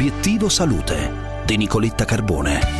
Obiettivo Salute di Nicoletta Carbone.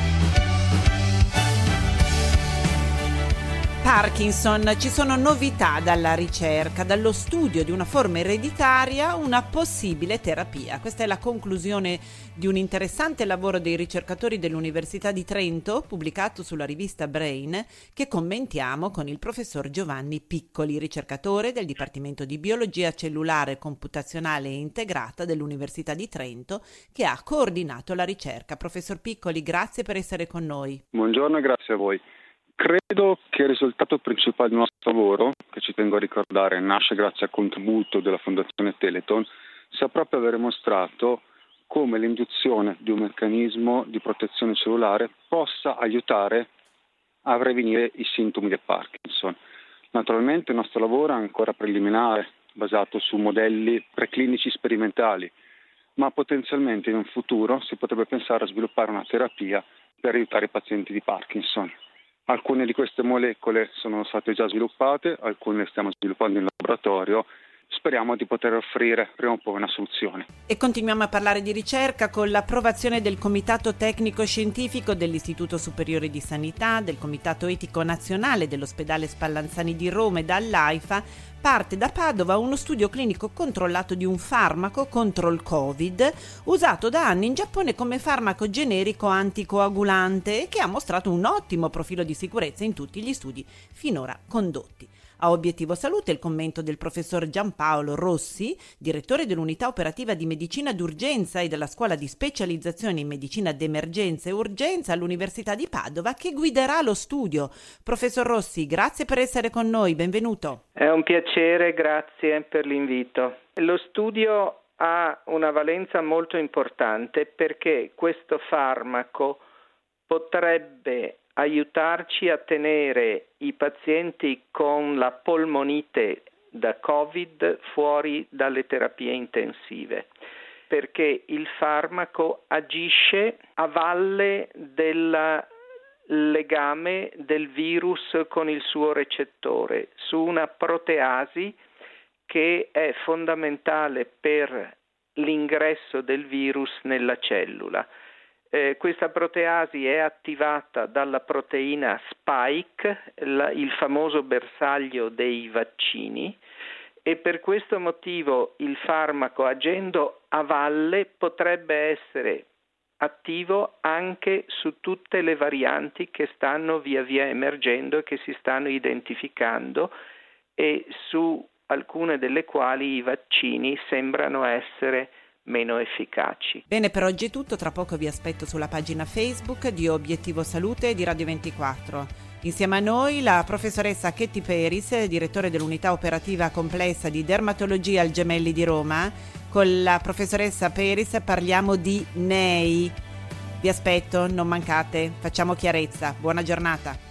Parkinson, ci sono novità dalla ricerca, dallo studio di una forma ereditaria, una possibile terapia. Questa è la conclusione di un interessante lavoro dei ricercatori dell'Università di Trento, pubblicato sulla rivista Brain, che commentiamo con il professor Giovanni Piccoli, ricercatore del Dipartimento di Biologia Cellulare Computazionale e Integrata dell'Università di Trento, che ha coordinato la ricerca. Professor Piccoli, grazie per essere con noi. Buongiorno e grazie a voi. Credo che il risultato principale del nostro lavoro, che ci tengo a ricordare, nasce grazie al contributo della Fondazione Telethon, sia proprio aver mostrato come l'induzione di un meccanismo di protezione cellulare possa aiutare a prevenire i sintomi del Parkinson. Naturalmente il nostro lavoro è ancora preliminare, basato su modelli preclinici sperimentali, ma potenzialmente in un futuro si potrebbe pensare a sviluppare una terapia per aiutare i pazienti di Parkinson. Alcune di queste molecole sono state già sviluppate, alcune le stiamo sviluppando in laboratorio. Speriamo di poter offrire prima o poi una soluzione. E continuiamo a parlare di ricerca con l'approvazione del Comitato Tecnico Scientifico dell'Istituto Superiore di Sanità, del Comitato Etico Nazionale dell'Ospedale Spallanzani di Roma e dall'AIFA. Parte da Padova uno studio clinico controllato di un farmaco contro il Covid, usato da anni in Giappone come farmaco generico anticoagulante e che ha mostrato un ottimo profilo di sicurezza in tutti gli studi finora condotti. A Obiettivo Salute il commento del professor Giampaolo Rossi, direttore dell'unità operativa di medicina d'urgenza e della scuola di specializzazione in medicina d'emergenza e urgenza all'Università di Padova, che guiderà lo studio. Professor Rossi, grazie per essere con noi, benvenuto. È un piacere, grazie per l'invito. Lo studio ha una valenza molto importante perché questo farmaco potrebbe aiutarci a tenere i pazienti con la polmonite da Covid fuori dalle terapie intensive, perché il farmaco agisce a valle del legame del virus con il suo recettore su una proteasi che è fondamentale per l'ingresso del virus nella cellula. Questa proteasi è attivata dalla proteina Spike, il famoso bersaglio dei vaccini, e per questo motivo il farmaco, agendo a valle, potrebbe essere attivo anche su tutte le varianti che stanno via via emergendo e che si stanno identificando, e su alcune delle quali i vaccini sembrano essere meno efficaci. Bene, per oggi è tutto. Tra poco vi aspetto sulla pagina Facebook di Obiettivo Salute di Radio 24. Insieme a noi la professoressa Ketty Peris, direttore dell'unità operativa complessa di dermatologia al Gemelli di Roma. Con la professoressa Peris parliamo di NEI. Vi aspetto, non mancate, facciamo chiarezza. Buona giornata.